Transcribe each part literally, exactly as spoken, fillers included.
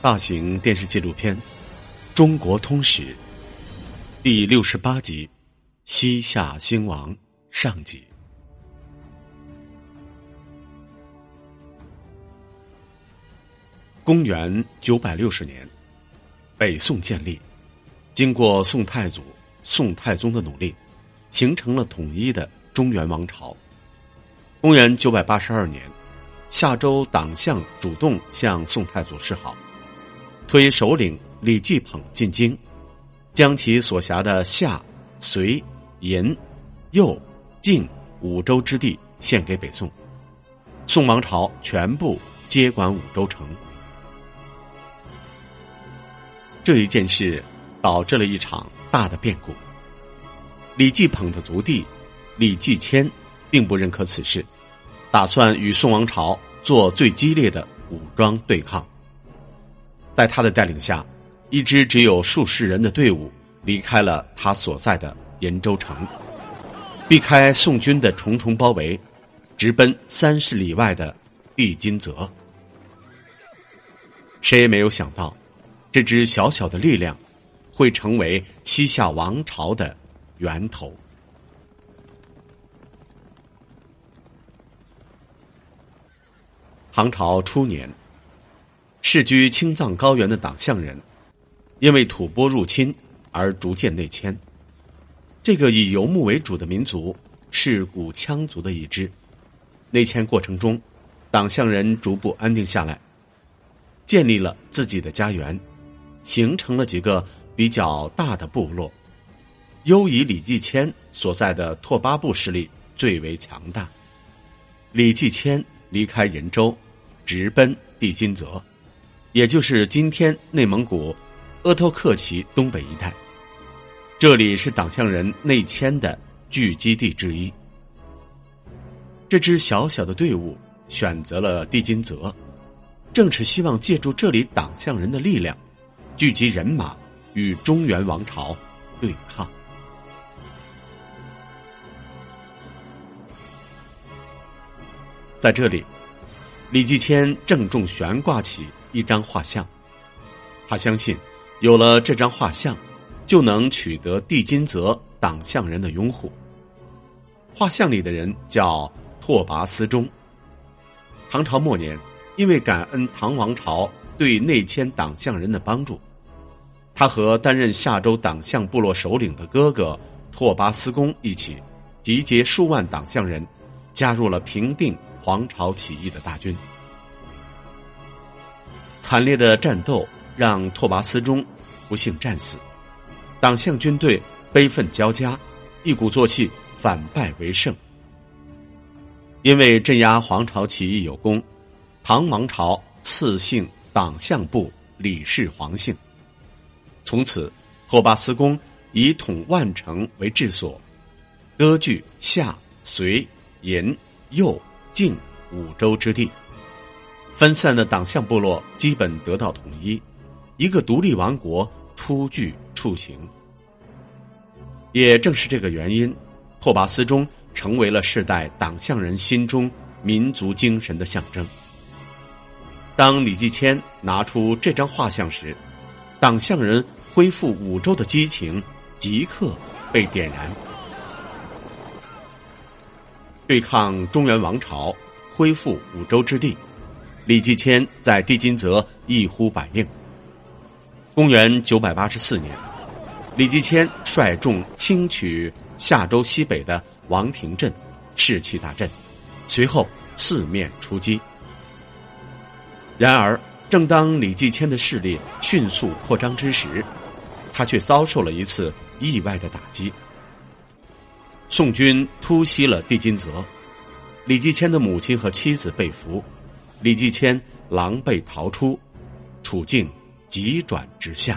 大型电视纪录片《中国通史》第六十八集《西夏兴亡》上集。公元九百六十年，北宋建立，经过宋太祖、宋太宗的努力，形成了统一的中原王朝。公元九百八十二年，夏州党项主动向宋太祖示好，推首领李继捧进京，将其所辖的夏、隋、延、右、晋五州之地献给北宋，宋王朝全部接管五州城。这一件事导致了一场大的变故。李继捧的族弟李继迁并不认可此事，打算与宋王朝做最激烈的武装对抗。在他的带领下，一支只有数十人的队伍离开了他所在的延州城，避开宋军的重重包围，直奔三十里外的地金泽。谁也没有想到，这支小小的力量会成为西夏王朝的源头。唐朝初年，世居青藏高原的党项人因为吐蕃入侵而逐渐内迁。这个以游牧为主的民族是古羌族的一支。内迁过程中，党项人逐步安定下来，建立了自己的家园，形成了几个比较大的部落。优以李继迁所在的拓跋部势力最为强大。李继迁离开延州，直奔地金泽，也就是今天内蒙古鄂托克旗东北一带。这里是党项人内迁的聚集地之一。这支小小的队伍选择了地金泽，正是希望借助这里党项人的力量，聚集人马与中原王朝对抗。在这里，李继迁郑重悬挂起一张画像，他相信有了这张画像，就能取得地金泽党项人的拥护。画像里的人叫拓跋思忠。唐朝末年，因为感恩唐王朝对内迁党项人的帮助，他和担任夏州党项部落首领的哥哥拓跋思恭一起，集结数万党项人，加入了平定黄巢起义的大军。惨烈的战斗让拓跋思忠不幸战死，党项军队悲愤交加，一鼓作气反败为胜。因为镇压黄巢起义有功，唐王朝赐姓党项部李氏皇姓。从此，拓跋思恭以统万城为治所，割据夏、隋、延、右、晋五州之地。分散的党项部落基本得到统一，一个独立王国初具雏形。也正是这个原因，拓跋思忠成为了世代党项人心中民族精神的象征。当李继迁拿出这张画像时，党项人恢复五州的激情即刻被点燃。对抗中原王朝，恢复五州之地，李继迁在地金泽一呼百应。公元九百八十四年，李继迁率众轻取夏州西北的王庭镇，士气大振，随后四面出击。然而，正当李继迁的势力迅速扩张之时，他却遭受了一次意外的打击。宋军突袭了地金泽，李继迁的母亲和妻子被俘，李继迁狼狈逃出，处境急转直下。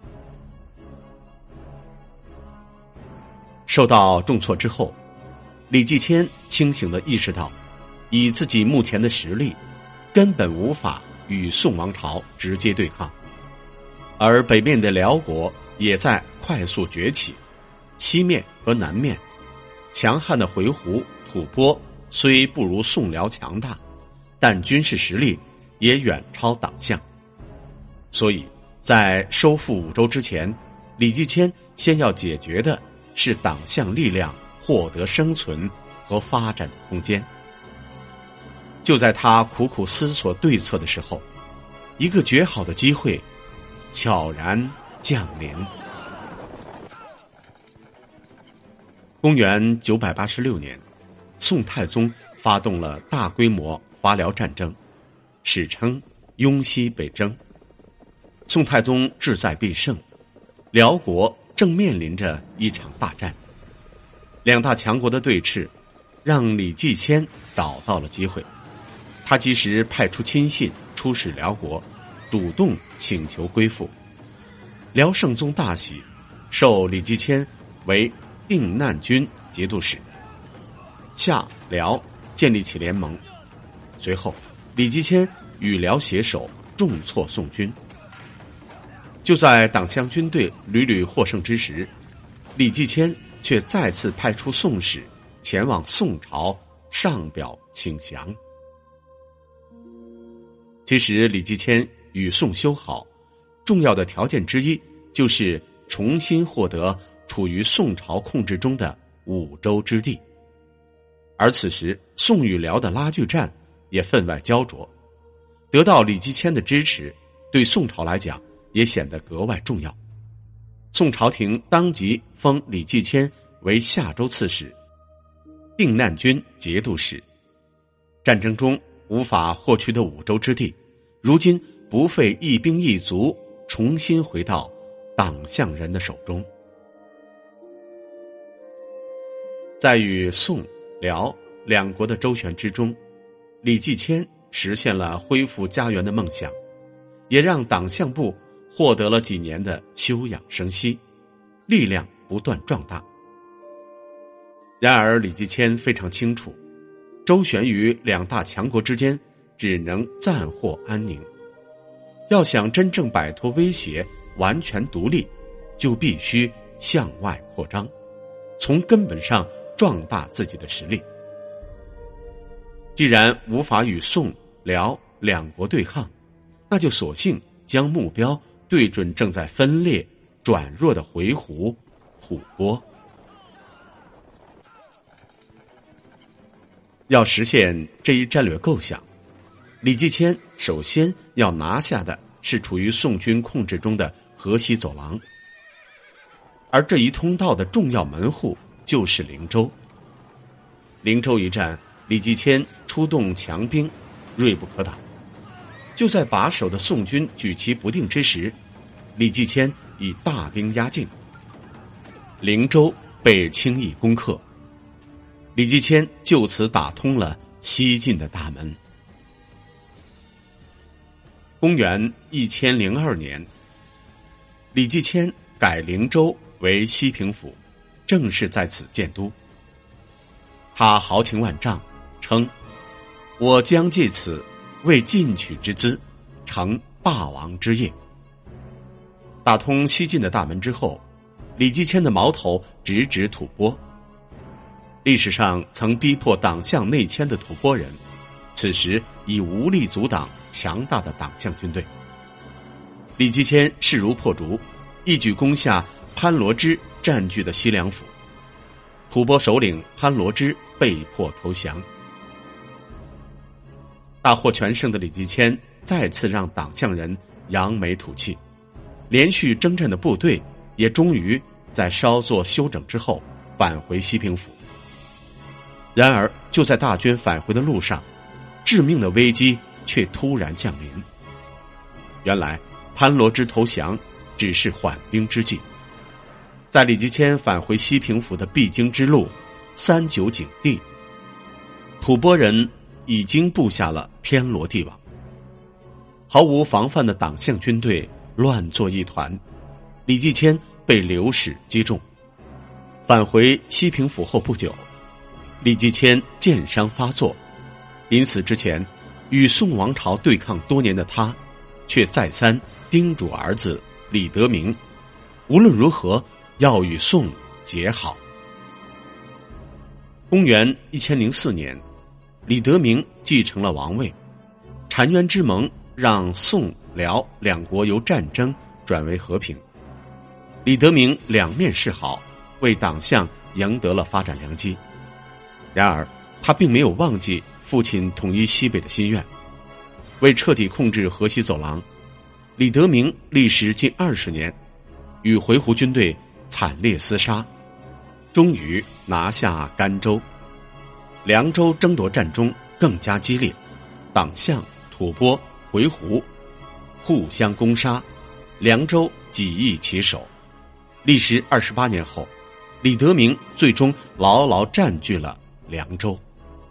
受到重挫之后，李继迁清醒地意识到，以自己目前的实力，根本无法与宋王朝直接对抗，而北面的辽国也在快速崛起，西面和南面强悍的回鹘、吐蕃虽不如宋辽强大，但军事实力也远超党项。 所以在收复五州之前，李继迁先要解决的是党项力量获得生存和发展的空间。就在他苦苦思索对策的时候，一个绝好的机会悄然降临。公元九百八十六年，宋太宗发动了大规模伐辽战争，史称雍西北征。宋太宗志在必胜，辽国正面临着一场大战。两大强国的对峙让李继迁找到了机会，他及时派出亲信出使辽国，主动请求归附。辽圣宗大喜，授李继迁为定难军节度使，夏辽建立起联盟。随后李继迁与辽携手重挫宋军。就在党项军队屡屡获胜之时，李继迁却再次派出宋使前往宋朝上表请降。其实李继迁与宋修好，重要的条件之一就是重新获得处于宋朝控制中的五州之地。而此时宋与辽的拉锯战也分外焦灼，得到李继迁的支持，对宋朝来讲也显得格外重要。宋朝廷当即封李继迁为夏州刺史、定难军节度使。战争中无法获取的五州之地，如今不费一兵一卒，重新回到党项人的手中。在与宋、辽两国的周旋之中，李继迁实现了恢复家园的梦想，也让党项部获得了几年的休养生息，力量不断壮大。然而李继迁非常清楚，周旋于两大强国之间只能暂获安宁，要想真正摆脱威胁，完全独立，就必须向外扩张，从根本上壮大自己的实力。既然无法与宋、辽两国对抗，那就索性将目标对准正在分裂转弱的回鹘、吐蕃。要实现这一战略构想，李继迁首先要拿下的是处于宋军控制中的河西走廊，而这一通道的重要门户就是灵州。灵州一战，李继迁出动强兵，锐不可挡。就在把守的宋军举棋不定之时，李继迁以大兵压境，灵州被轻易攻克。李继迁就此打通了西晋的大门。公元一千零二年，李继迁改灵州为西平府，正式在此建都。他豪情万丈，称：“我将借此为进取之资，成霸王之业。”打通西晋的大门之后，李继迁的矛头直指吐蕃。历史上曾逼迫党项内迁的吐蕃人，此时已无力阻挡强大的党项军队。李继迁势如破竹，一举攻下潘罗支占据的西凉府，吐蕃首领潘罗支被迫投降。大获全胜的李继迁再次让党项人扬眉吐气，连续征战的部队也终于在稍作休整之后返回西平府。然而就在大军返回的路上，致命的危机却突然降临。原来潘罗支投降只是缓兵之计，在李继迁返回西平府的必经之路三九井地，吐蕃人已经布下了天罗地网，毫无防范的党项军队乱作一团，李继迁被流矢击中。返回西平府后不久，李继迁箭伤发作，临死之前，与宋王朝对抗多年的他，却再三叮嘱儿子李德明，无论如何要与宋结好。公元一千零四年，李德明继承了王位，澶渊之盟让宋辽两国由战争转为和平。李德明两面示好，为党项赢得了发展良机。然而他并没有忘记父亲统一西北的心愿。为彻底控制河西走廊，李德明历时近二十年，与回鹘军队惨烈厮杀，终于拿下甘州。凉州争夺战中更加激烈，党项、吐蕃、回鹘互相攻杀，凉州几易其手。历时二十八年后，李德明最终牢牢占据了凉州。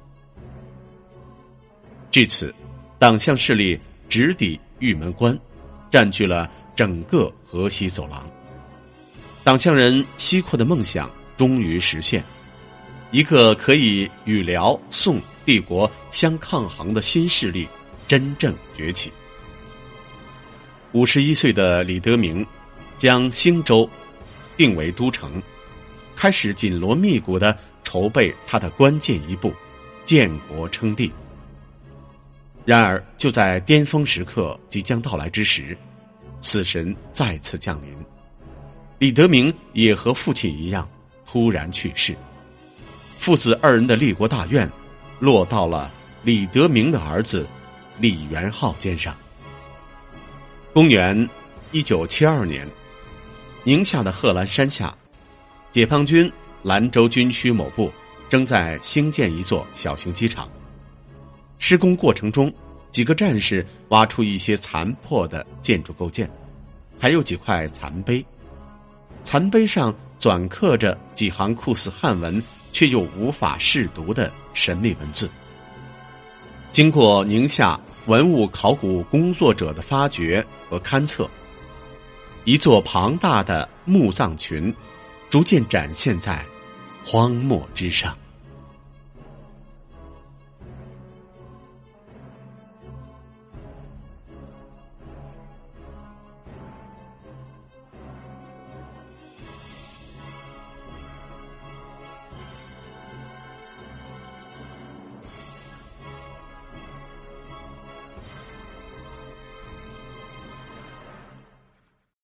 至此，党项势力直抵玉门关，占据了整个河西走廊。党项人西扩的梦想终于实现，一个可以与辽、宋帝国相抗衡的新势力真正崛起。五十一岁的李德明将兴州定为都城，开始紧锣密鼓地筹备他的关键一步——建国称帝。然而就在巅峰时刻即将到来之时，死神再次降临，李德明也和父亲一样突然去世。父子二人的立国大愿落到了李德明的儿子李元昊肩上。公元一九七二年，宁夏的贺兰山下，解放军兰州军区某部正在兴建一座小型机场。施工过程中，几个战士挖出一些残破的建筑构件，还有几块残碑。残碑上纂刻着几行酷似汉文却又无法识读的神秘文字。经过宁夏文物考古工作者的发掘和勘测，一座庞大的墓葬群逐渐展现在荒漠之上。